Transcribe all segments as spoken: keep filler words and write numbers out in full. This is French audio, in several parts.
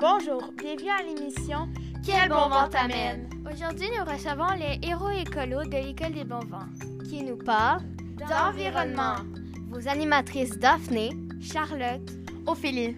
Bonjour, bienvenue à l'émission Quel bon vent t'amène? Aujourd'hui, nous recevons les héros écolos de l'École des bons vents qui nous parlent d'environnement. Vos animatrices Daphné, Charlotte, Ophélie.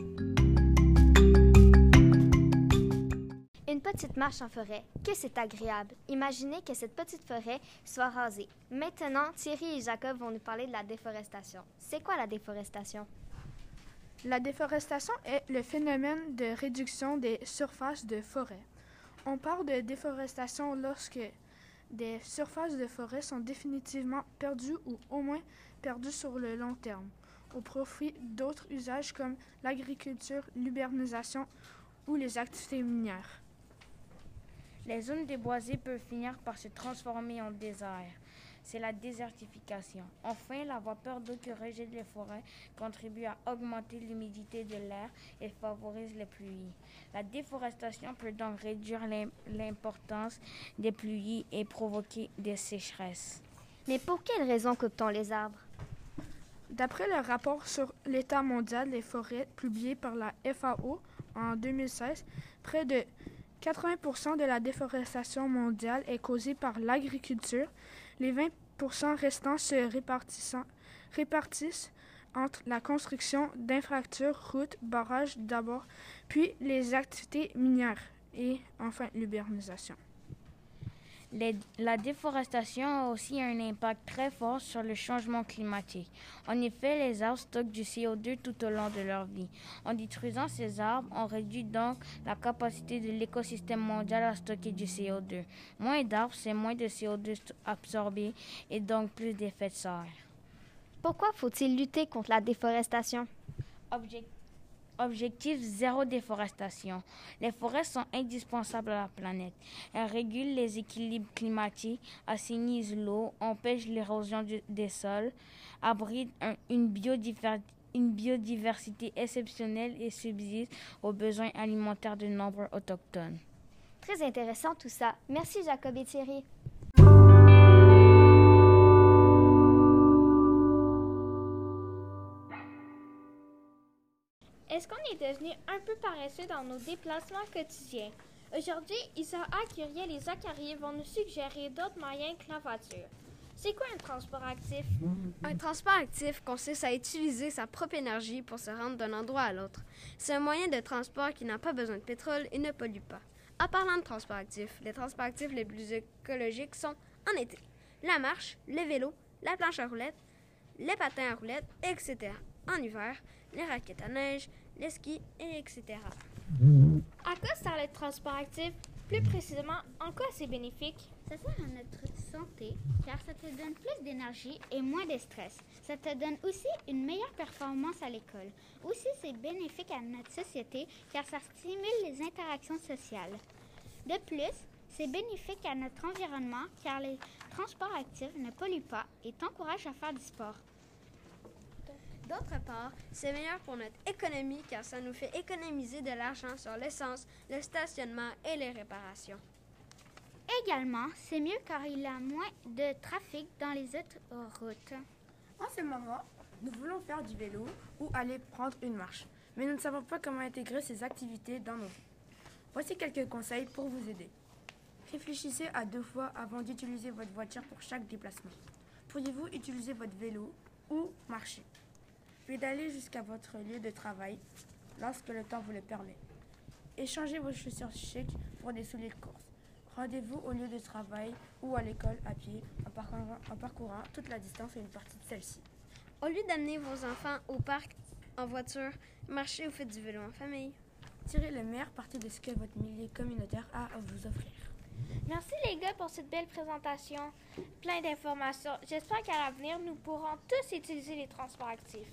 Une petite marche en forêt, que c'est agréable. Imaginez que cette petite forêt soit rasée. Maintenant, Thierry et Jacob vont nous parler de la déforestation. C'est quoi la déforestation? La déforestation est le phénomène de réduction des surfaces de forêt. On parle de déforestation lorsque des surfaces de forêt sont définitivement perdues ou au moins perdues sur le long terme, au profit d'autres usages comme l'agriculture, l'urbanisation ou les activités minières. Les zones déboisées peuvent finir par se transformer en désert. C'est la désertification. Enfin, la vapeur d'eau que rejettent les forêts contribue à augmenter l'humidité de l'air et favorise les pluies. La déforestation peut donc réduire l'importance des pluies et provoquer des sécheresses. Mais pour quelles raisons coupe-t-on les arbres? D'après le rapport sur l'état mondial des forêts publié par la F A O en deux mille seize, près de quatre-vingts pour cent de la déforestation mondiale est causée par l'agriculture. Les vingt pour cent restants se répartissent entre la construction d'infrastructures, routes, barrages d'abord, puis les activités minières et enfin l'urbanisation. Les, la déforestation a aussi un impact très fort sur le changement climatique. En effet, les arbres stockent du C O deux tout au long de leur vie. En détruisant ces arbres, on réduit donc la capacité de l'écosystème mondial à stocker du C O deux. Moins d'arbres, c'est moins de C O deux absorbé et donc plus d'effets de serre. Pourquoi faut-il lutter contre la déforestation? Objectif. Objectif zéro déforestation. Les forêts sont indispensables à la planète. Elles régulent les équilibres climatiques, assainisent l'eau, empêchent l'érosion des sols, abritent un, une, biodiver, une biodiversité exceptionnelle et subsistent aux besoins alimentaires de nombreux autochtones. Très intéressant tout ça. Merci Jacob et Thierry. Est-ce qu'on est devenu un peu paresseux dans nos déplacements quotidiens? Aujourd'hui, Isaac Uriel et Zacharie vont nous suggérer d'autres moyens que la voiture. C'est quoi un transport actif? Un transport actif consiste à utiliser sa propre énergie pour se rendre d'un endroit à l'autre. C'est un moyen de transport qui n'a pas besoin de pétrole et ne pollue pas. En parlant de transport actif, les transports actifs les plus écologiques sont, en été, la marche, le vélo, la planche à roulettes, les patins à roulettes, et cetera. En hiver, les raquettes à neige, les skis, et cetera. À quoi sert le transport actif? Plus précisément, en quoi c'est bénéfique? Ça sert à notre santé car ça te donne plus d'énergie et moins de stress. Ça te donne aussi une meilleure performance à l'école. Aussi, c'est bénéfique à notre société car ça stimule les interactions sociales. De plus, c'est bénéfique à notre environnement car les transports actifs ne polluent pas et t'encouragent à faire du sport. D'autre part, c'est meilleur pour notre économie car ça nous fait économiser de l'argent sur l'essence, le stationnement et les réparations. Également, c'est mieux car il y a moins de trafic dans les autoroutes. En ce moment, nous voulons faire du vélo ou aller prendre une marche, mais nous ne savons pas comment intégrer ces activités dans nos vies. Voici quelques conseils pour vous aider. Réfléchissez à deux fois avant d'utiliser votre voiture pour chaque déplacement. Pourriez-vous utiliser votre vélo ou marcher? Pédalez jusqu'à votre lieu de travail lorsque le temps vous le permet. Échangez vos chaussures chic pour des souliers de course. Rendez-vous au lieu de travail ou à l'école à pied en parcourant, en parcourant toute la distance et une partie de celle-ci. Au lieu d'amener vos enfants au parc en voiture, marchez ou faites du vélo en famille. Tirez le meilleur parti de ce que votre milieu communautaire a à vous offrir. Merci les gars pour cette belle présentation, plein d'informations. J'espère qu'à l'avenir, nous pourrons tous utiliser les transports actifs.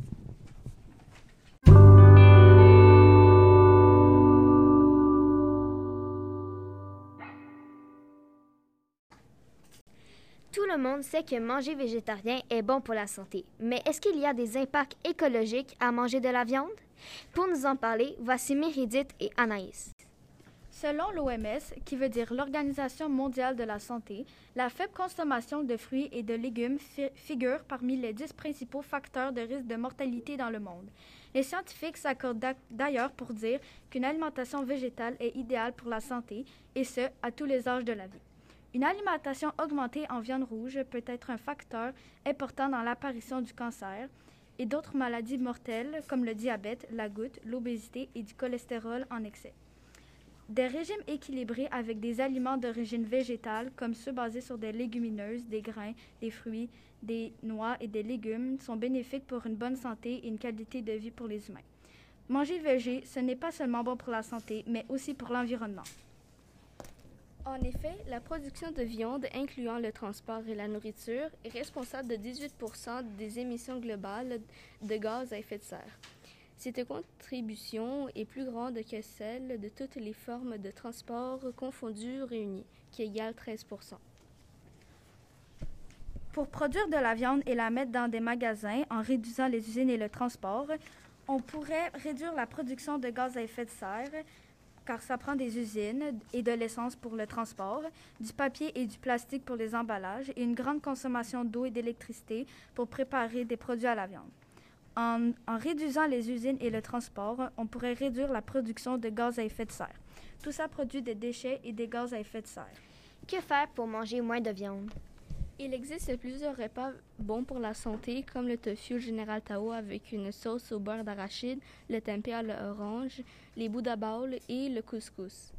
Tout le monde sait que manger végétarien est bon pour la santé, mais est-ce qu'il y a des impacts écologiques à manger de la viande? Pour nous en parler, voici Méridith et Anaïs. Selon l'O M S, qui veut dire l'Organisation mondiale de la santé, la faible consommation de fruits et de légumes fi- figure parmi les dix principaux facteurs de risque de mortalité dans le monde. Les scientifiques s'accordent d'a- d'ailleurs pour dire qu'une alimentation végétale est idéale pour la santé, et ce, à tous les âges de la vie. Une alimentation augmentée en viande rouge peut être un facteur important dans l'apparition du cancer et d'autres maladies mortelles comme le diabète, la goutte, l'obésité et du cholestérol en excès. Des régimes équilibrés avec des aliments d'origine végétale, comme ceux basés sur des légumineuses, des grains, des fruits, des noix et des légumes, sont bénéfiques pour une bonne santé et une qualité de vie pour les humains. Manger végé, ce n'est pas seulement bon pour la santé, mais aussi pour l'environnement. En effet, la production de viande, incluant le transport et la nourriture, est responsable de dix-huit pour cent des émissions globales de gaz à effet de serre. Cette contribution est plus grande que celle de toutes les formes de transport confondues réunies, qui égale treize pour cent. Pour produire de la viande et la mettre dans des magasins en réduisant les usines et le transport, on pourrait réduire la production de gaz à effet de serre, car ça prend des usines et de l'essence pour le transport, du papier et du plastique pour les emballages et une grande consommation d'eau et d'électricité pour préparer des produits à la viande. En, en réduisant les usines et le transport, on pourrait réduire la production de gaz à effet de serre. Tout ça produit des déchets et des gaz à effet de serre. Que faire pour manger moins de viande? Il existe plusieurs repas bons pour la santé, comme le tofu Général Tao avec une sauce au beurre d'arachide, le tempeh à l'orange, les Buddha bowls et le couscous.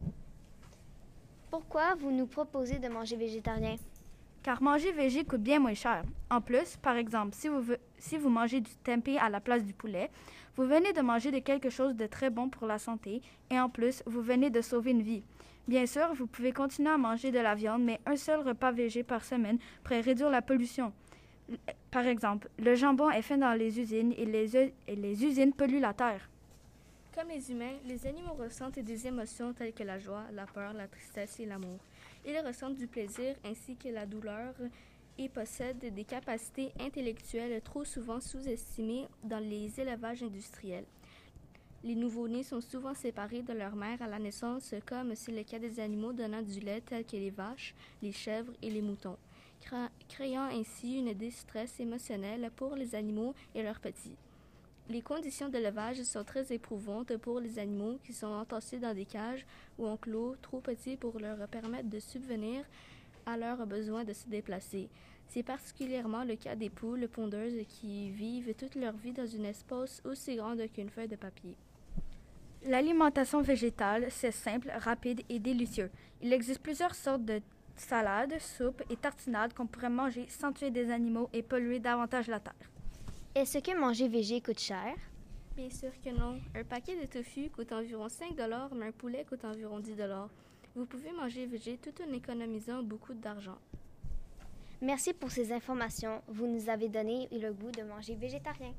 Pourquoi vous nous proposez de manger végétarien? Car manger végé coûte bien moins cher. En plus, par exemple, si vous, si vous mangez du tempeh à la place du poulet, vous venez de manger de quelque chose de très bon pour la santé et en plus, vous venez de sauver une vie. Bien sûr, vous pouvez continuer à manger de la viande, mais un seul repas végé par semaine pourrait réduire la pollution. Par exemple, le jambon est fait dans les usines et les, et les usines polluent la terre. Comme les humains, les animaux ressentent des émotions telles que la joie, la peur, la tristesse et l'amour. Ils ressentent du plaisir ainsi que la douleur et possèdent des capacités intellectuelles trop souvent sous-estimées dans les élevages industriels. Les nouveau-nés sont souvent séparés de leur mère à la naissance, comme c'est le cas des animaux donnant du lait tels que les vaches, les chèvres et les moutons, cré- créant ainsi une détresse émotionnelle pour les animaux et leurs petits. Les conditions d'élevage sont très éprouvantes pour les animaux qui sont entassés dans des cages ou enclos trop petits pour leur permettre de subvenir à leurs besoins de se déplacer. C'est particulièrement le cas des poules pondeuses qui vivent toute leur vie dans une espace aussi grande qu'une feuille de papier. L'alimentation végétale, c'est simple, rapide et délicieux. Il existe plusieurs sortes de salades, soupes et tartinades qu'on pourrait manger sans tuer des animaux et polluer davantage la terre. Est-ce que manger végé coûte cher? Bien sûr que non. Un paquet de tofu coûte environ cinq dollars, mais un poulet coûte environ dix dollars. Vous pouvez manger végé tout en économisant beaucoup d'argent. Merci pour ces informations. Vous nous avez donné le goût de manger végétarien.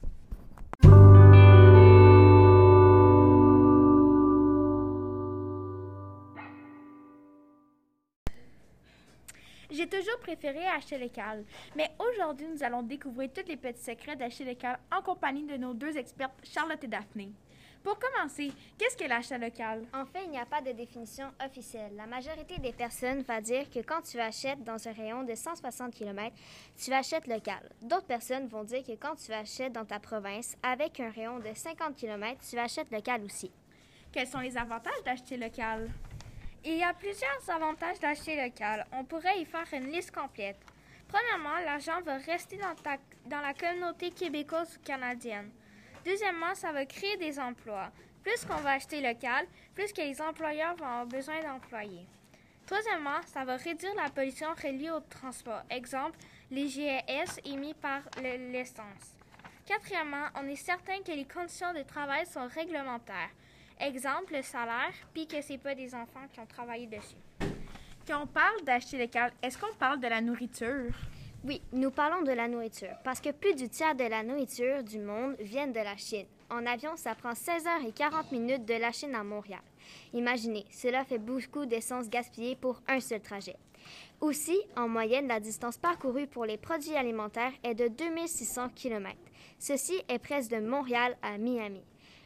J'ai toujours préféré acheter local, mais aujourd'hui, nous allons découvrir tous les petits secrets d'acheter local en compagnie de nos deux expertes, Charlotte et Daphné. Pour commencer, qu'est-ce que l'achat local? En fait, il n'y a pas de définition officielle. La majorité des personnes va dire que quand tu achètes dans un rayon de cent soixante kilomètres, tu achètes local. D'autres personnes vont dire que quand tu achètes dans ta province, avec un rayon de cinquante kilomètres, tu achètes local aussi. Quels sont les avantages d'acheter local? Il y a plusieurs avantages d'acheter local. On pourrait y faire une liste complète. Premièrement, l'argent va rester dans, ta, dans la communauté québécoise ou canadienne. Deuxièmement, ça va créer des emplois. Plus qu'on va acheter local, plus que les employeurs vont avoir besoin d'employés. Troisièmement, ça va réduire la pollution reliée au transport. Exemple, les G E S émis par le, l'essence. Quatrièmement, on est certain que les conditions de travail sont réglementaires. Exemple, le salaire, puis que c'est pas des enfants qui ont travaillé dessus. Quand on parle d'acheter local, est-ce qu'on parle de la nourriture? Oui, nous parlons de la nourriture, parce que plus du tiers de la nourriture du monde viennent de la Chine. En avion, ça prend seize heures et quarante minutes de la Chine à Montréal. Imaginez, cela fait beaucoup d'essence gaspillée pour un seul trajet. Aussi, en moyenne, la distance parcourue pour les produits alimentaires est de deux mille six cents kilomètres. Ceci est presque de Montréal à Miami.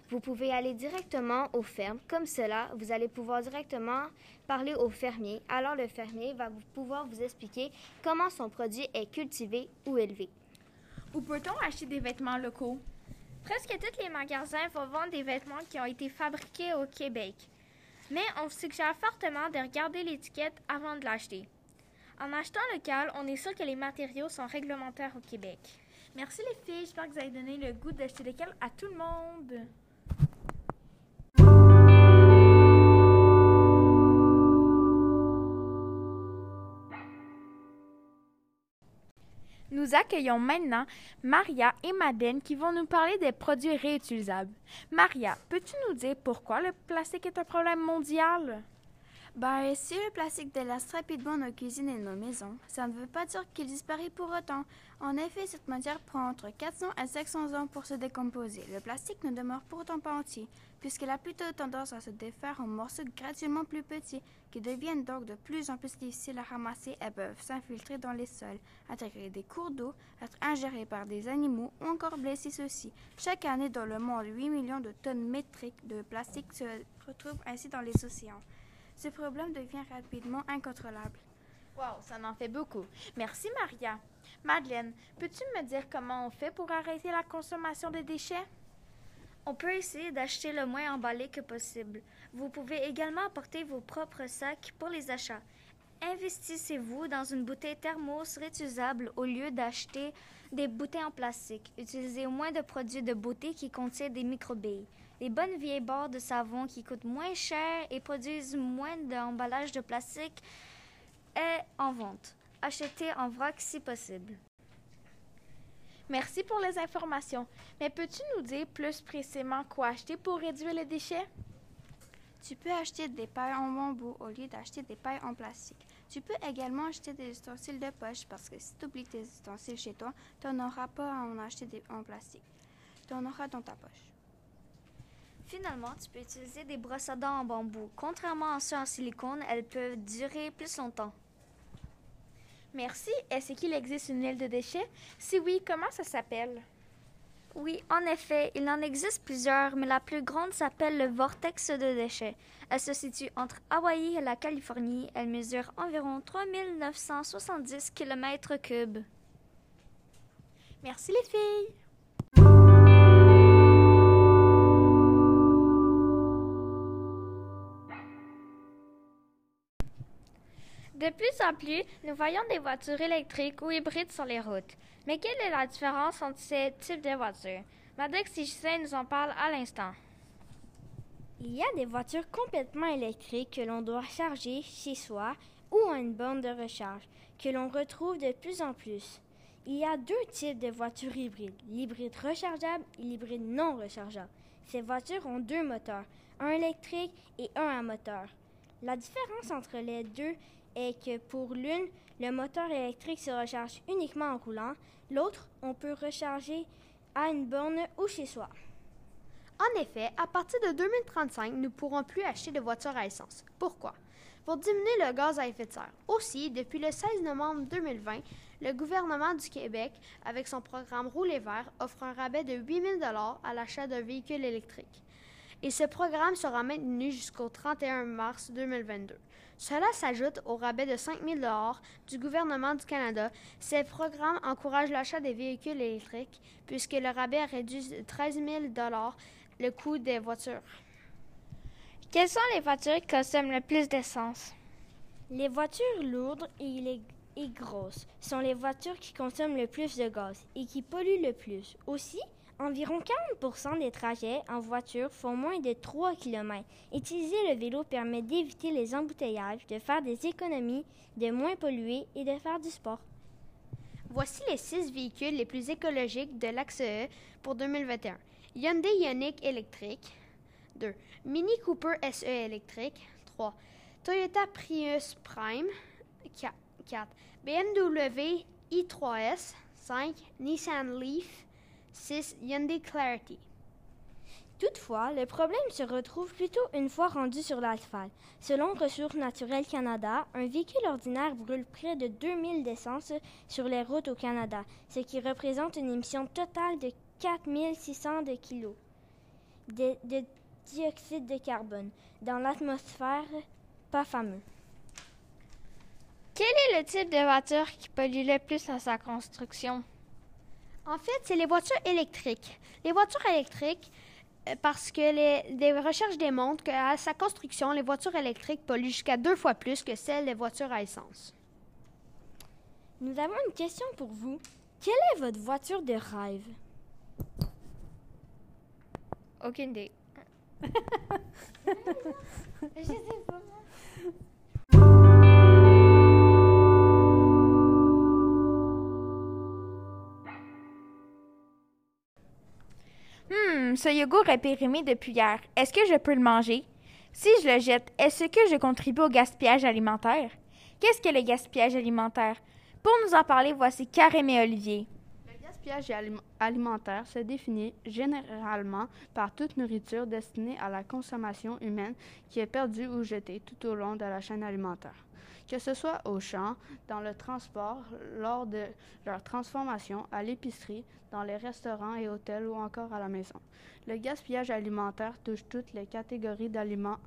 Vous pouvez aller directement aux fermes. Comme cela, vous allez pouvoir directement parler au fermier. Alors le fermier va vous- pouvoir vous expliquer comment son produit est cultivé ou élevé. Où peut-on acheter des vêtements locaux? Presque tous les magasins vont vendre des vêtements qui ont été fabriqués au Québec. Mais on vous suggère fortement de regarder l'étiquette avant de l'acheter. En achetant local, on est sûr que les matériaux sont réglementaires au Québec. Merci les filles, j'espère que vous avez donné le goût d'acheter local à tout le monde. Nous accueillons maintenant Maria et Madeleine qui vont nous parler des produits réutilisables. Maria, peux-tu nous dire pourquoi le plastique est un problème mondial? Ben, si le plastique délaisse rapidement nos cuisines et nos maisons, ça ne veut pas dire qu'il disparaît pour autant. En effet, cette matière prend entre quatre cents à cinq cents ans pour se décomposer. Le plastique ne demeure pourtant pas entier, puisqu'il a plutôt tendance à se défaire en morceaux graduellement plus petits, qui deviennent donc de plus en plus difficiles à ramasser et peuvent s'infiltrer dans les sols, intégrer des cours d'eau, être ingérés par des animaux ou encore blesser ceux-ci. Chaque année dans le monde, huit millions de tonnes métriques de plastique se retrouvent ainsi dans les océans. Ce problème devient rapidement incontrôlable. Wow, ça en fait beaucoup. Merci Maria. Madeleine, peux-tu me dire comment on fait pour arrêter la consommation de déchets? On peut essayer d'acheter le moins emballé que possible. Vous pouvez également apporter vos propres sacs pour les achats. Investissez-vous dans une bouteille thermos réutilisable au lieu d'acheter des bouteilles en plastique. Utilisez moins de produits de beauté qui contiennent des microbilles. Les bonnes vieilles barres de savon qui coûtent moins cher et produisent moins d'emballage de plastique est en vente. Achetez en vrac si possible. Merci pour les informations. Mais peux-tu nous dire plus précisément quoi acheter pour réduire les déchets? Tu peux acheter des pailles en bambou au lieu d'acheter des pailles en plastique. Tu peux également acheter des ustensiles de poche parce que si tu oublies tes ustensiles chez toi, tu n'auras pas à en acheter des en plastique. Tu en auras dans ta poche. Finalement, tu peux utiliser des brosses à dents en bambou. Contrairement à ceux en silicone, elles peuvent durer plus longtemps. Merci. Est-ce qu'il existe une île de déchets? Si oui, comment ça s'appelle? Oui, en effet, il en existe plusieurs, mais la plus grande s'appelle le Vortex de déchets. Elle se situe entre Hawaï et la Californie. Elle mesure environ trois mille neuf cent soixante-dix kilomètres cubes. Merci les filles. De plus en plus, nous voyons des voitures électriques ou hybrides sur les routes. Mais quelle est la différence entre ces types de voitures? Madeleine Sigicin nous en parle à l'instant. Il y a des voitures complètement électriques que l'on doit charger chez soi ou à une borne de recharge, que l'on retrouve de plus en plus. Il y a deux types de voitures hybrides, l'hybride rechargeable et l'hybride non rechargeable. Ces voitures ont deux moteurs, un électrique et un à moteur. La différence entre les deux est que pour l'une, le moteur électrique se recharge uniquement en roulant, l'autre, on peut recharger à une borne ou chez soi. En effet, à partir de deux mille trente-cinq, nous ne pourrons plus acheter de voitures à essence. Pourquoi? Pour diminuer le gaz à effet de serre. Aussi, depuis le seize novembre deux mille vingt, le gouvernement du Québec, avec son programme Rouler vert, offre un rabais de huit mille dollars à l'achat d'un véhicule électrique. Et ce programme sera maintenu jusqu'au trente et un mars deux mille vingt-deux. Cela s'ajoute au rabais de cinq mille dollars du gouvernement du Canada. Ces programmes encouragent l'achat des véhicules électriques puisque le rabais a réduit de treize mille dollars le coût des voitures. Quelles sont les voitures qui consomment le plus d'essence? Les voitures lourdes et, les, et grosses sont les voitures qui consomment le plus de gaz et qui polluent le plus. Aussi, environ quarante pour cent des trajets en voiture font moins de trois kilomètres. Utiliser le vélo permet d'éviter les embouteillages, de faire des économies, de moins polluer et de faire du sport. Voici les six véhicules les plus écologiques de l'A X E pour deux mille vingt et un. Hyundai Ioniq électrique. deux. Mini Cooper S E électrique. trois. Toyota Prius Prime. quatre. B M W i trois S. cinq. Nissan Leaf. six. Hyundai Clarity. Toutefois, le problème se retrouve plutôt une fois rendu sur l'asphalte. Selon Ressources naturelles Canada, un véhicule ordinaire brûle près de deux mille d'essence sur les routes au Canada, ce qui représente une émission totale de quatre mille six cents de kilos. de, de dioxyde de carbone dans l'atmosphère, pas fameux. Quel est le type de voiture qui pollue le plus à sa construction? En fait, c'est les voitures électriques. Les voitures électriques, euh, parce que les, les recherches démontrent qu'à sa construction, les voitures électriques polluent jusqu'à deux fois plus que celles des voitures à essence. Nous avons une question pour vous. Quelle est votre voiture de rêve? Aucune idée. Je sais pas. Hmm, ce yogourt est périmé depuis hier. Est-ce que je peux le manger? Si je le jette, est-ce que je contribue au gaspillage alimentaire? Qu'est-ce que le gaspillage alimentaire? Pour nous en parler, voici Karim et Olivier. Le gaspillage alim- alimentaire se définit généralement par toute nourriture destinée à la consommation humaine qui est perdue ou jetée tout au long de la chaîne alimentaire. Que ce soit au champ, dans le transport, lors de leur transformation, à l'épicerie, dans les restaurants et hôtels ou encore à la maison. Le gaspillage alimentaire touche toutes les catégories d'aliments.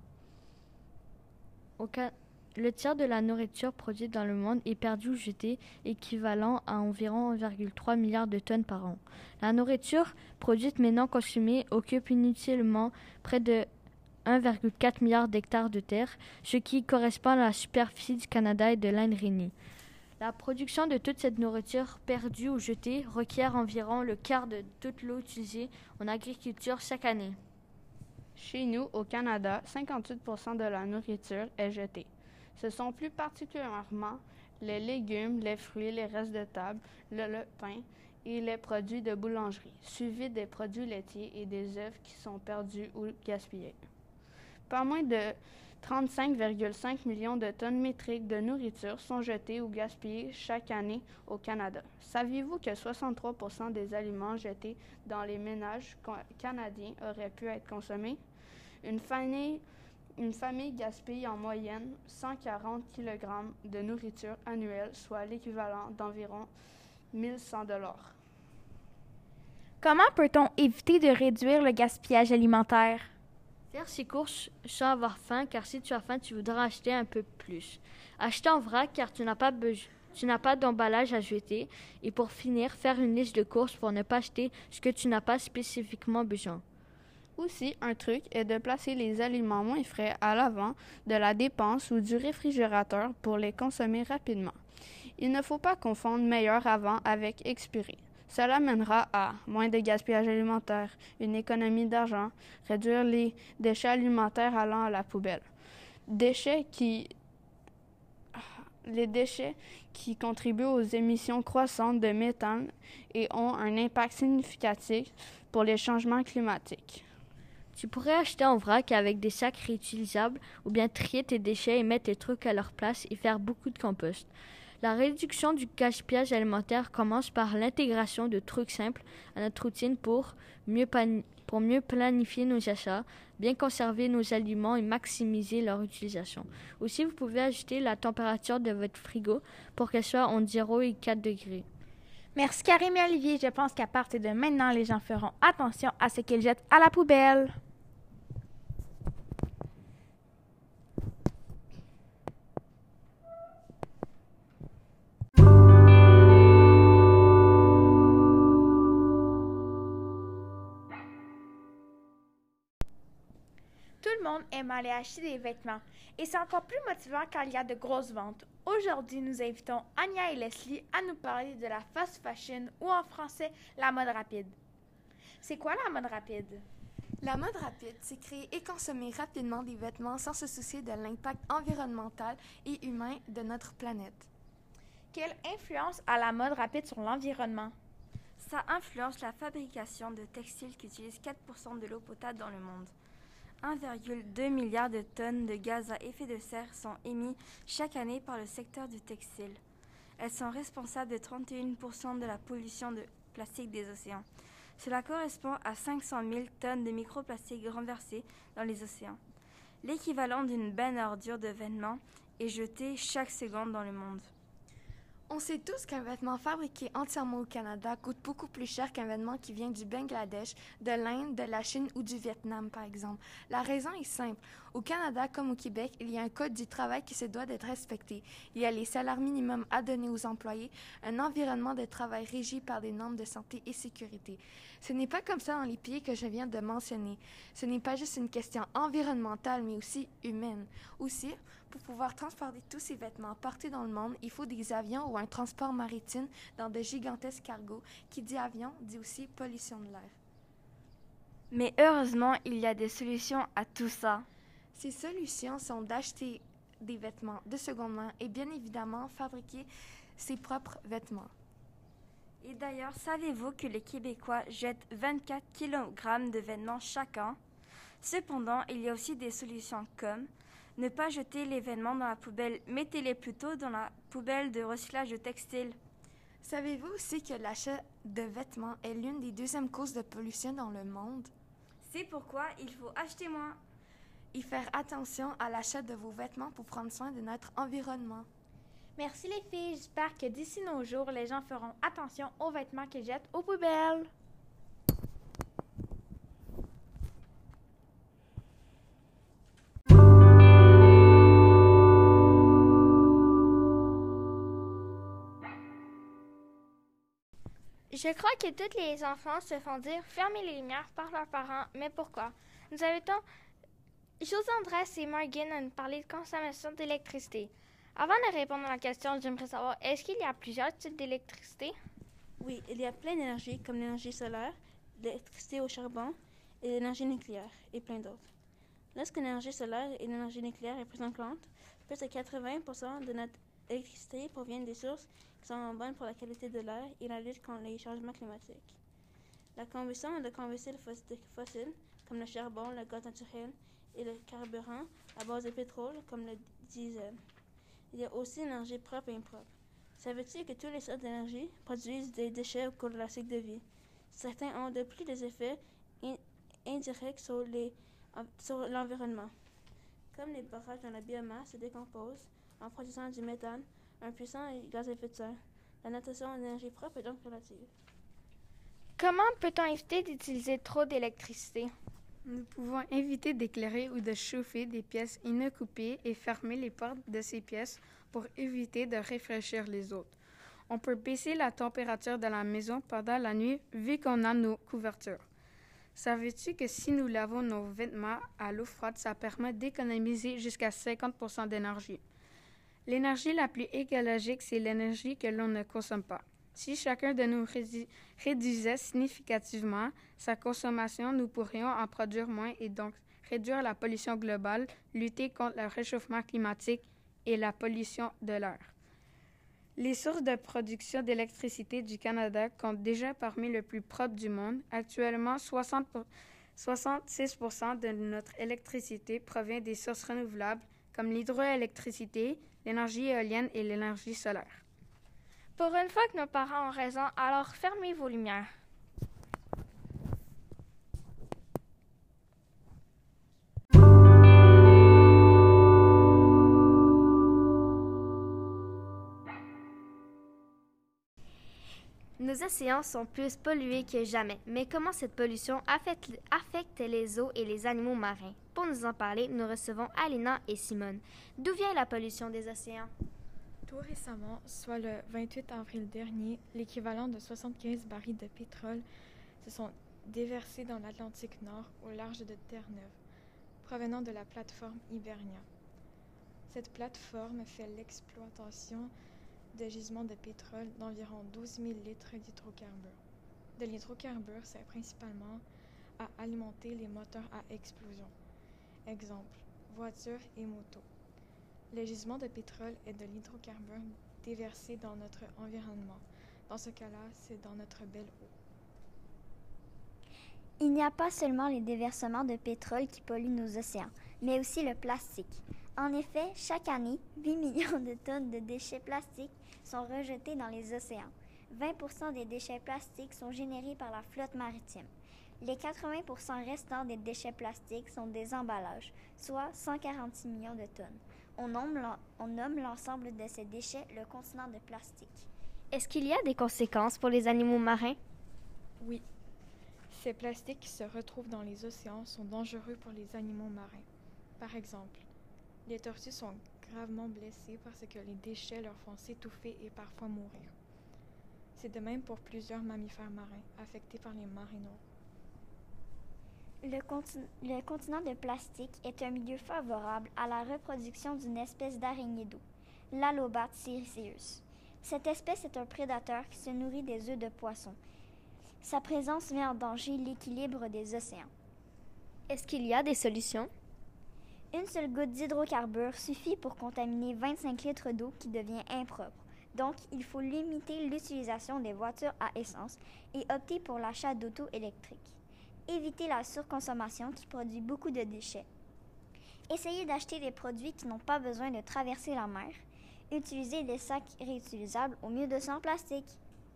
Au Ca- Le tiers de la nourriture produite dans le monde est perdue ou jetée, équivalent à environ un virgule trois milliard de tonnes par an. La nourriture produite mais non consommée occupe inutilement près de un virgule quatre milliard d'hectares de terre, ce qui correspond à la superficie du Canada et de l'Inde réunie. La production de toute cette nourriture perdue ou jetée requiert environ le quart de toute l'eau utilisée en agriculture chaque année. Chez nous, au Canada, cinquante-huit pour cent de la nourriture est jetée. Ce sont plus particulièrement les légumes, les fruits, les restes de table, le, le pain et les produits de boulangerie, suivis des produits laitiers et des œufs qui sont perdus ou gaspillés. Pas moins de trente-cinq virgule cinq millions de tonnes métriques de nourriture sont jetées ou gaspillées chaque année au Canada. Saviez-vous que soixante-trois pour cent des aliments jetés dans les ménages canadiens auraient pu être consommés? Une famille, une famille gaspille en moyenne cent quarante kilogrammes de nourriture annuelle, soit l'équivalent d'environ mille cent dollars. Comment peut-on éviter de réduire le gaspillage alimentaire? Faire ses courses sans avoir faim, car si tu as faim, tu voudras acheter un peu plus. Acheter en vrac, car tu n'as pas, be- tu n'as pas d'emballage à jeter. Et pour finir, faire une liste de courses pour ne pas acheter ce que tu n'as pas spécifiquement besoin. Aussi, un truc est de placer les aliments moins frais à l'avant de la dépense ou du réfrigérateur pour les consommer rapidement. Il ne faut pas confondre meilleur avant avec expiré. Cela mènera à moins de gaspillage alimentaire, une économie d'argent, réduire les déchets alimentaires allant à la poubelle. Déchets qui, les déchets qui contribuent aux émissions croissantes de méthane et ont un impact significatif pour les changements climatiques. Tu pourrais acheter en vrac avec des sacs réutilisables ou bien trier tes déchets et mettre tes trucs à leur place et faire beaucoup de compost. La réduction du gaspillage alimentaire commence par l'intégration de trucs simples à notre routine pour mieux, pan- pour mieux planifier nos achats, bien conserver nos aliments et maximiser leur utilisation. Aussi, vous pouvez ajuster la température de votre frigo pour qu'elle soit entre zéro et quatre degrés. Merci Karim et Olivier. Je pense qu'à partir de maintenant, les gens feront attention à ce qu'ils jettent à la poubelle. Tout le monde aime aller acheter des vêtements et c'est encore plus motivant quand il y a de grosses ventes. Aujourd'hui, nous invitons Anya et Leslie à nous parler de la fast fashion ou en français, la mode rapide. C'est quoi la mode rapide? La mode rapide, c'est créer et consommer rapidement des vêtements sans se soucier de l'impact environnemental et humain de notre planète. Quelle influence a la mode rapide sur l'environnement? Ça influence la fabrication de textiles qui utilisent quatre pour cent de l'eau potable dans le monde. un virgule deux milliard de tonnes de gaz à effet de serre sont émis chaque année par le secteur du textile. Elles sont responsables de trente et un pour cent de la pollution de plastique des océans. Cela correspond à cinq cent mille tonnes de microplastiques renversées dans les océans. L'équivalent d'une benne à ordures de vêtements est jeté chaque seconde dans le monde. On sait tous qu'un vêtement fabriqué entièrement au Canada coûte beaucoup plus cher qu'un vêtement qui vient du Bangladesh, de l'Inde, de la Chine ou du Vietnam, par exemple. La raison est simple. Au Canada, comme au Québec, il y a un code du travail qui se doit d'être respecté. Il y a les salaires minimums à donner aux employés, un environnement de travail régi par des normes de santé et sécurité. Ce n'est pas comme ça dans les pays que je viens de mentionner. Ce n'est pas juste une question environnementale, mais aussi humaine. Aussi, pour pouvoir transporter tous ces vêtements partout dans le monde, il faut des avions ou un transport maritime dans de gigantesques cargos. Qui dit avion, dit aussi pollution de l'air. Mais heureusement, il y a des solutions à tout ça. Ces solutions sont d'acheter des vêtements de seconde main et bien évidemment fabriquer ses propres vêtements. Et d'ailleurs, savez-vous que les Québécois jettent vingt-quatre kilogrammes de vêtements chaque an? Cependant, il y a aussi des solutions comme ne pas jeter les vêtements dans la poubelle, mettez-les plutôt dans la poubelle de recyclage de textiles. Savez-vous aussi que l'achat de vêtements est l'une des deuxièmes causes de pollution dans le monde? C'est pourquoi il faut acheter moins. Et faire attention à l'achat de vos vêtements pour prendre soin de notre environnement. Merci les filles, j'espère que d'ici nos jours, les gens feront attention aux vêtements qu'ils jettent aux poubelles. Je crois que tous les enfants se font dire « fermez les lumières » par leurs parents. Mais pourquoi? Nous invitons José Andrés et Morgan à nous parler de consommation d'électricité. Avant de répondre à la question, j'aimerais savoir, est-ce qu'il y a plusieurs types d'électricité? Oui, il y a plein d'énergies comme l'énergie solaire, l'électricité au charbon et l'énergie nucléaire, et plein d'autres. Lorsque l'énergie solaire et l'énergie nucléaire est prise en compte, plus de quatre-vingts pour cent de notre électricité provient des sources qui sont bonnes pour la qualité de l'air et la lutte contre les changements climatiques. La combustion de combustibles fossiles, comme le charbon, le gaz naturel et le carburant à base de pétrole, comme le diesel. Il y a aussi l'énergie propre et impropre. Savais-tu que toutes les sortes d'énergie produisent des déchets au cours de leur cycle de vie? Certains ont de plus des effets in indirects sur les, sur l'environnement, comme les barrages dont la biomasse se décompose en produisant du méthane, un puissant gaz à effet de serre. La notation d'énergie propre est donc relative. Comment peut-on éviter d'utiliser trop d'électricité? Nous pouvons éviter d'éclairer ou de chauffer des pièces inoccupées et fermer les portes de ces pièces pour éviter de rafraîchir les autres. On peut baisser la température de la maison pendant la nuit vu qu'on a nos couvertures. Savais-tu que si nous lavons nos vêtements à l'eau froide, ça permet d'économiser jusqu'à cinquante pour cent d'énergie? L'énergie la plus écologique, c'est l'énergie que l'on ne consomme pas. Si chacun de nous rédu réduisait significativement sa consommation, nous pourrions en produire moins et donc réduire la pollution globale, lutter contre le réchauffement climatique et la pollution de l'air. Les sources de production d'électricité du Canada comptent déjà parmi les plus propres du monde. Actuellement, soixante-six pour cent de notre électricité provient des sources renouvelables comme l'hydroélectricité, l'énergie éolienne et l'énergie solaire. Pour une fois que nos parents ont raison, alors fermez vos lumières. Nos océans sont plus pollués que jamais. Mais comment cette pollution affecte, affecte les eaux et les animaux marins? Pour nous en parler, nous recevons Alina et Simone. D'où vient la pollution des océans? Tout récemment, soit le vingt-huit avril dernier, l'équivalent de soixante-quinze barils de pétrole se sont déversés dans l'Atlantique Nord au large de Terre-Neuve, provenant de la plateforme Hibernia. Cette plateforme fait l'exploitation de gisements de pétrole d'environ douze mille litres d'hydrocarbures. De l'hydrocarbure sert principalement à alimenter les moteurs à explosion. Exemple, voitures et motos. Le gisement de pétrole est de l'hydrocarbure déversé dans notre environnement. Dans ce cas-là, c'est dans notre belle eau. Il n'y a pas seulement les déversements de pétrole qui polluent nos océans, mais aussi le plastique. En effet, chaque année, huit millions de tonnes de déchets plastiques sont rejetés dans les océans. vingt pour cent des déchets plastiques sont générés par la flotte maritime. Les quatre-vingts pour cent restants des déchets plastiques sont des emballages, soit cent quarante-six millions de tonnes. on nomme, l'en- on nomme l'ensemble de ces déchets le continent de plastique. Est-ce qu'il y a des conséquences pour les animaux marins? Oui. Ces plastiques qui se retrouvent dans les océans sont dangereux pour les animaux marins. Par exemple, les tortues sont gravement blessées parce que les déchets leur font s'étouffer et parfois mourir. C'est de même pour plusieurs mammifères marins affectés par les marées noires. Le, conti- le continent de plastique est un milieu favorable à la reproduction d'une espèce d'araignée d'eau, l'Alobat siriceus. Cette espèce est un prédateur qui se nourrit des œufs de poisson. Sa présence met en danger l'équilibre des océans. Est-ce qu'il y a des solutions? Une seule goutte d'hydrocarbures suffit pour contaminer vingt-cinq litres d'eau qui devient impropre. Donc, il faut limiter l'utilisation des voitures à essence et opter pour l'achat d'autos électriques. Éviter la surconsommation qui produit beaucoup de déchets. Essayez d'acheter des produits qui n'ont pas besoin de traverser la mer. Utilisez des sacs réutilisables au mieux de sans plastique.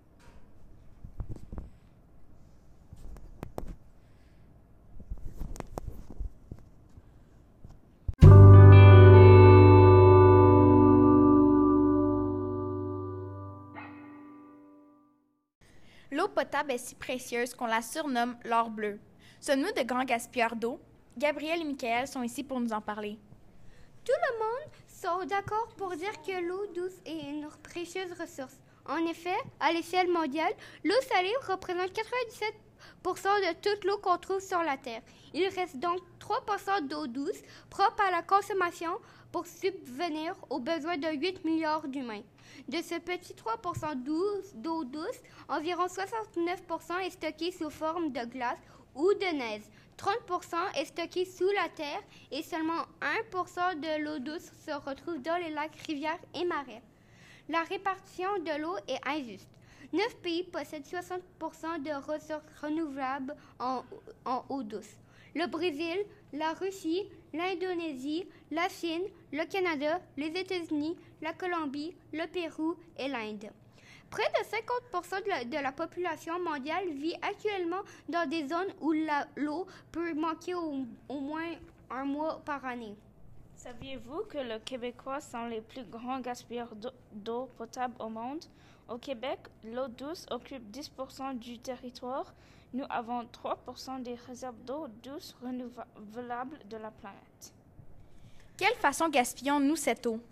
L'eau potable est si précieuse qu'on la surnomme l'or bleu. Sommes-nous de grands gaspilleurs d'eau? Gabriel et Michael sont ici pour nous en parler. Tout le monde sont d'accord pour dire que l'eau douce est une précieuse ressource. En effet, à l'échelle mondiale, l'eau salée représente quatre-vingt-dix-sept pour cent de toute l'eau qu'on trouve sur la Terre. Il reste donc trois pour cent d'eau douce propre à la consommation pour subvenir aux besoins de huit milliards d'humains. De ce petit trois pour cent d'eau douce, environ soixante-neuf pour cent est stocké sous forme de glace ou de neige. trente pour cent est stocké sous la terre et seulement un pour cent de l'eau douce se retrouve dans les lacs, rivières et marais. La répartition de l'eau est injuste. Neuf pays possèdent soixante pour cent de ressources renouvelables en, en eau douce. Le Brésil, la Russie, l'Indonésie, la Chine, le Canada, les États-Unis, la Colombie, le Pérou et l'Inde. Près de cinquante pour cent de la, de la population mondiale vit actuellement dans des zones où la, l'eau peut manquer au, au moins un mois par année. Saviez-vous que les Québécois sont les plus grands gaspilleurs d'eau, d'eau potable au monde? Au Québec, l'eau douce occupe dix pour cent du territoire. Nous avons trois pour cent des réserves d'eau douce renouvelables de la planète. Quelle façon gaspillons-nous cette eau?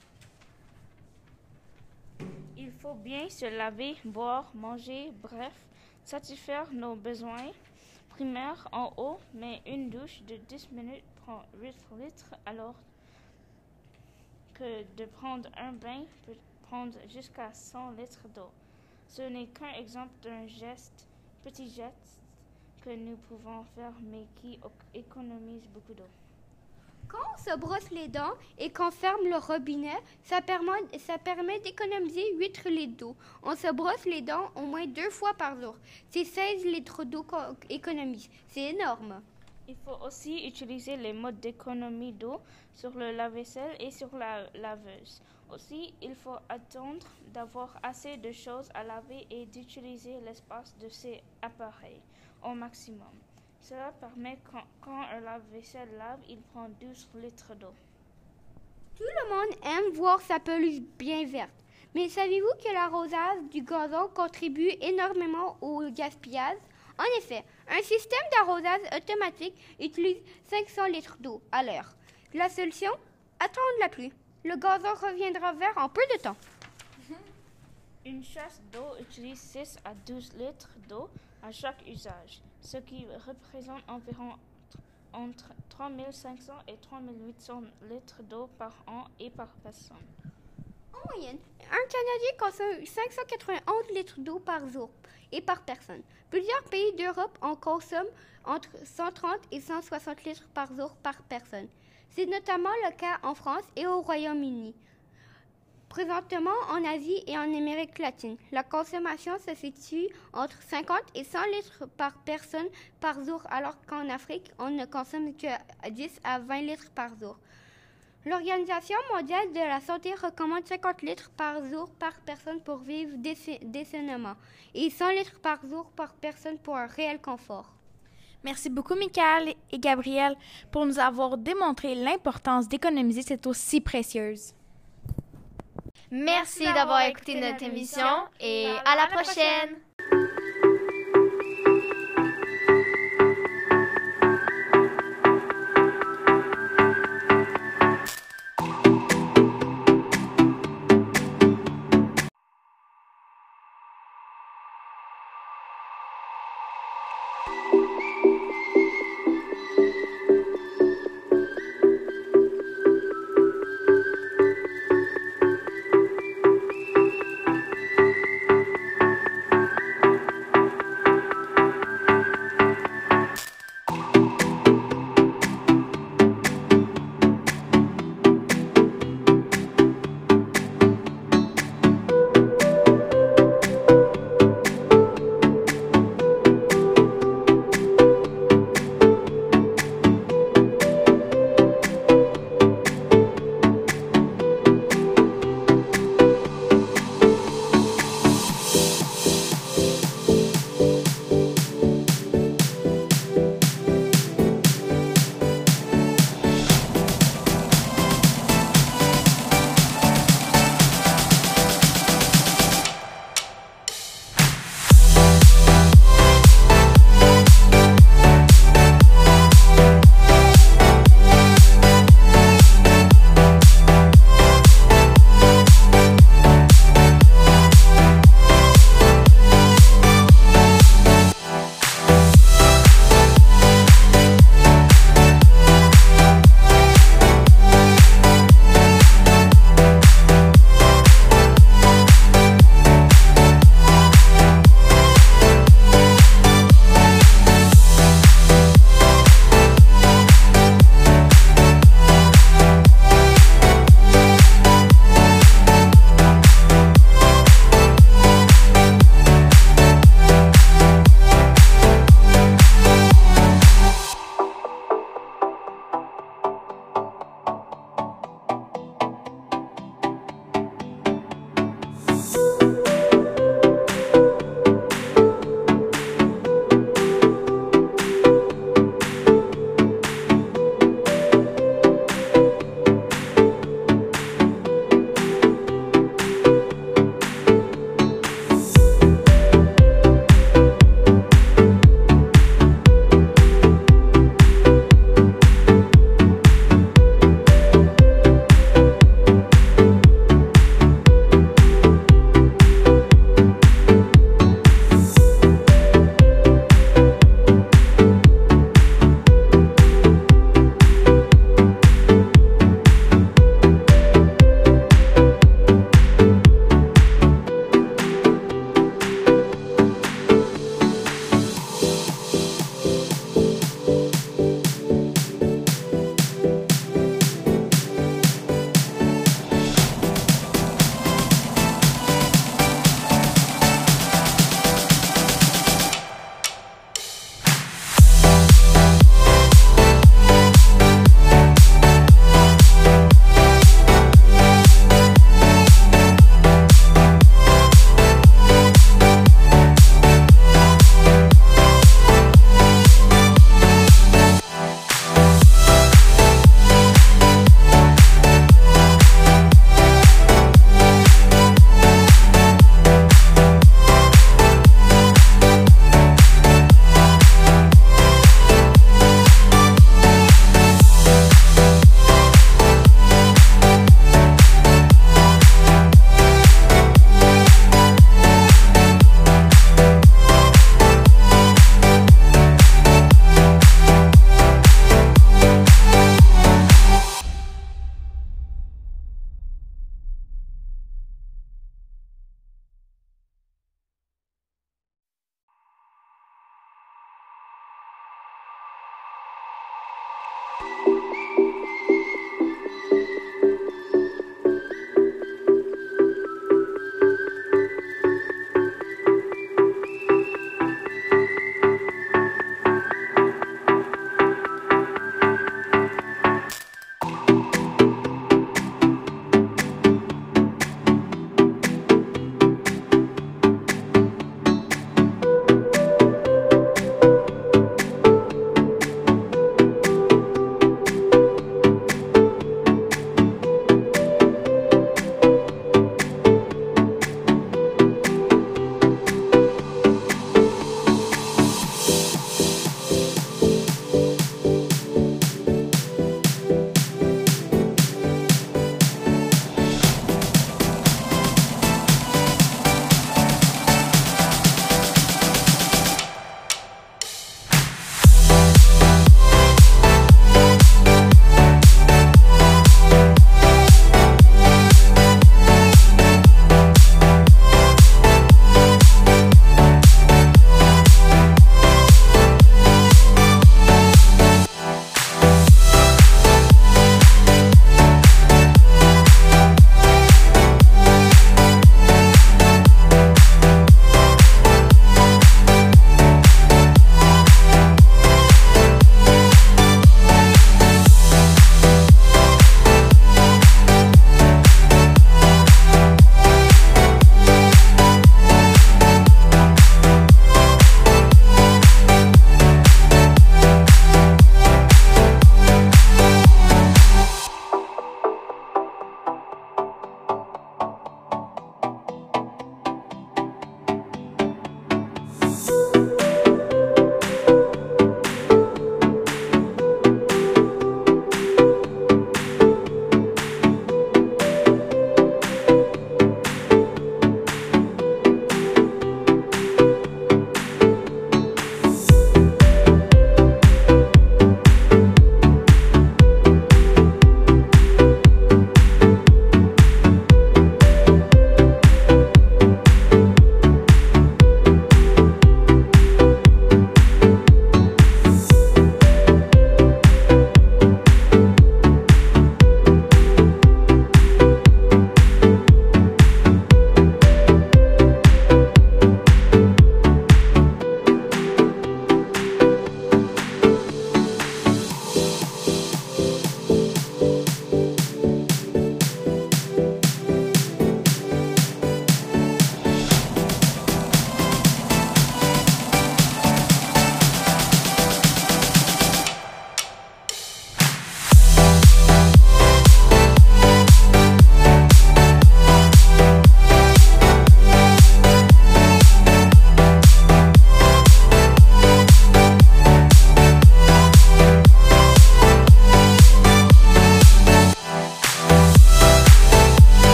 Il faut bien se laver, boire, manger, bref, satisfaire nos besoins primaires en eau, mais une douche de dix minutes prend huit litres alors que de prendre un bain peut prendre jusqu'à cent litres d'eau. Ce n'est qu'un exemple d'un geste, petit geste que nous pouvons faire mais qui économise beaucoup d'eau. Quand on se brosse les dents et qu'on ferme le robinet, ça permet, ça permet d'économiser huit litres d'eau. On se brosse les dents au moins deux fois par jour. C'est seize litres d'eau qu'on économise. C'est énorme. Il faut aussi utiliser les modes d'économie d'eau sur le lave-vaisselle et sur la laveuse. Aussi, il faut attendre d'avoir assez de choses à laver et d'utiliser l'espace de ces appareils au maximum. Cela permet quand, quand un lave-vaisselle lave, il prend douze litres d'eau. Tout le monde aime voir sa pelouse bien verte. Mais savez-vous que l'arrosage du gazon contribue énormément au gaspillage? En effet, un système d'arrosage automatique utilise cinq cents litres d'eau à l'heure. La solution? Attendre la pluie. Le gazon reviendra vert en peu de temps. Une chasse d'eau utilise six à douze litres d'eau à chaque usage, ce qui représente environ entre trois mille cinq cents et trois mille huit cents litres d'eau par an et par personne. En moyenne, un Canadien consomme cinq cent quatre-vingt-onze litres d'eau par jour et par personne. Plusieurs pays d'Europe en consomment entre cent trente et cent soixante litres par jour par personne. C'est notamment le cas en France et au Royaume-Uni. Présentement, en Asie et en Amérique latine, la consommation se situe entre cinquante et cent litres par personne par jour, alors qu'en Afrique, on ne consomme que dix à vingt litres par jour. L'Organisation mondiale de la santé recommande cinquante litres par jour par personne pour vivre décemment et cent litres par jour par personne pour un réel confort. Merci beaucoup, Michael et Gabriel, pour nous avoir démontré l'importance d'économiser cette eau si précieuse. Merci d'avoir écouté notre émission et à la prochaine!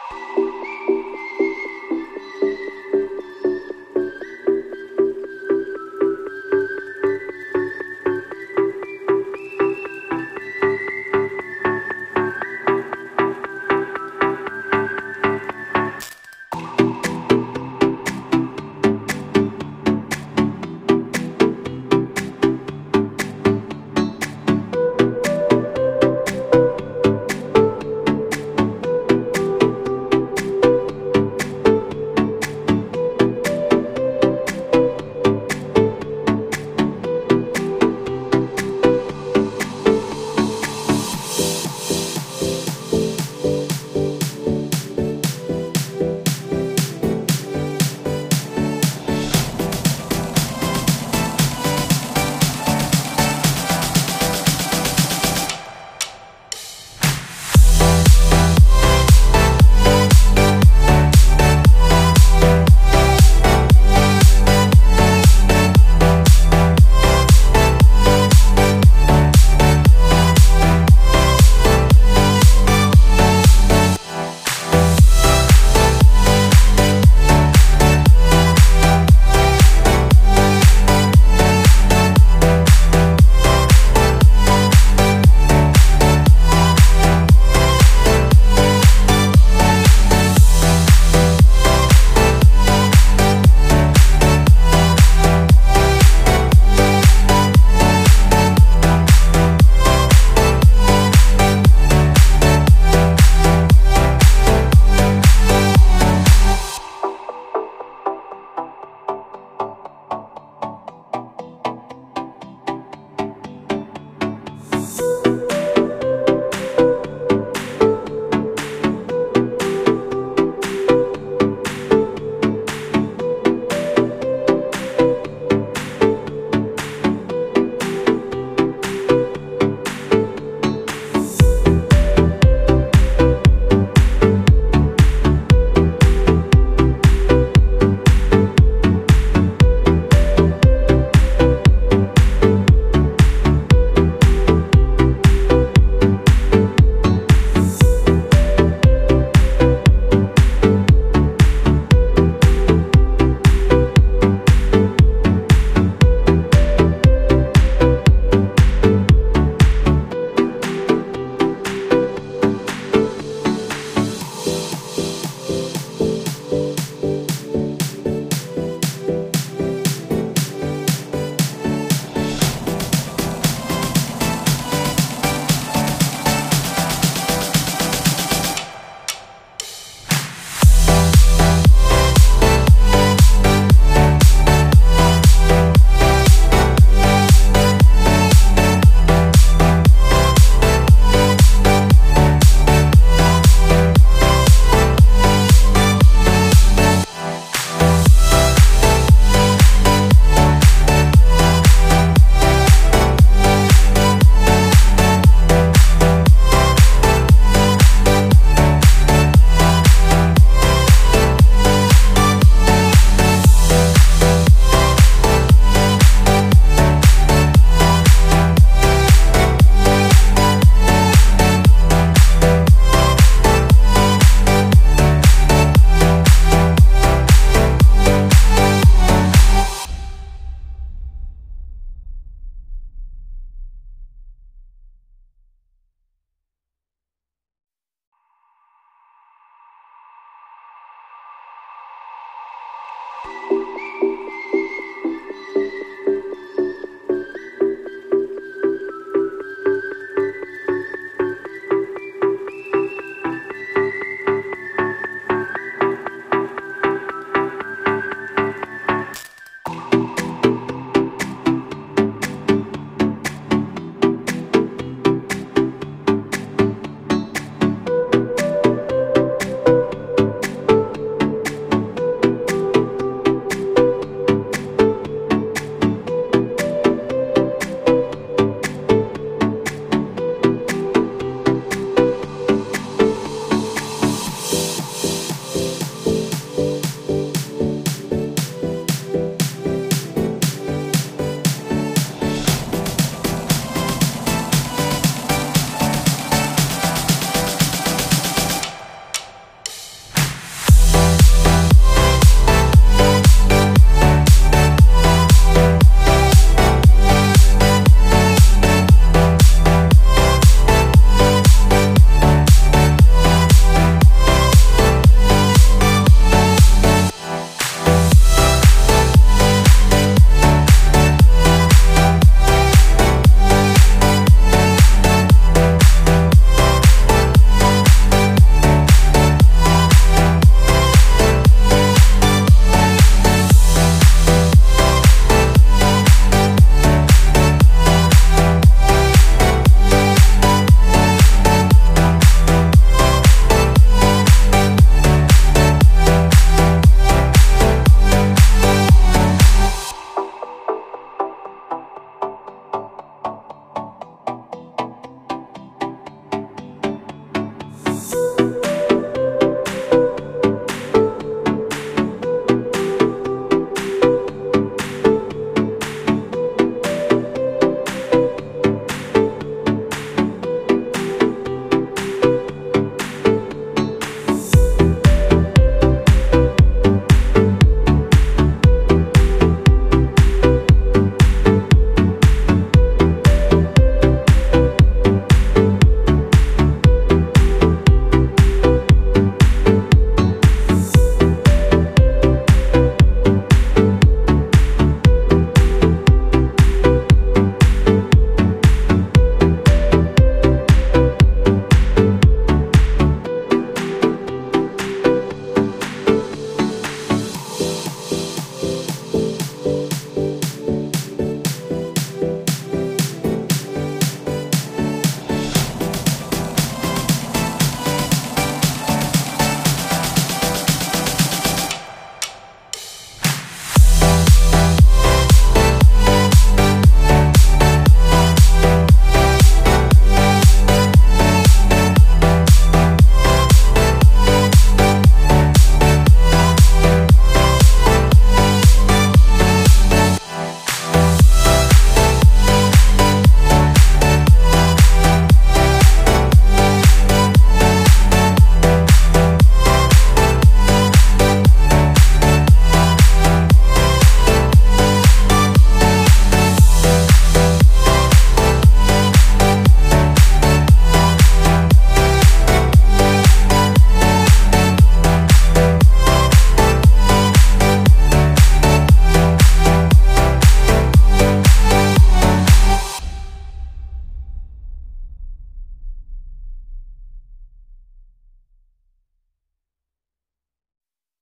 Bye.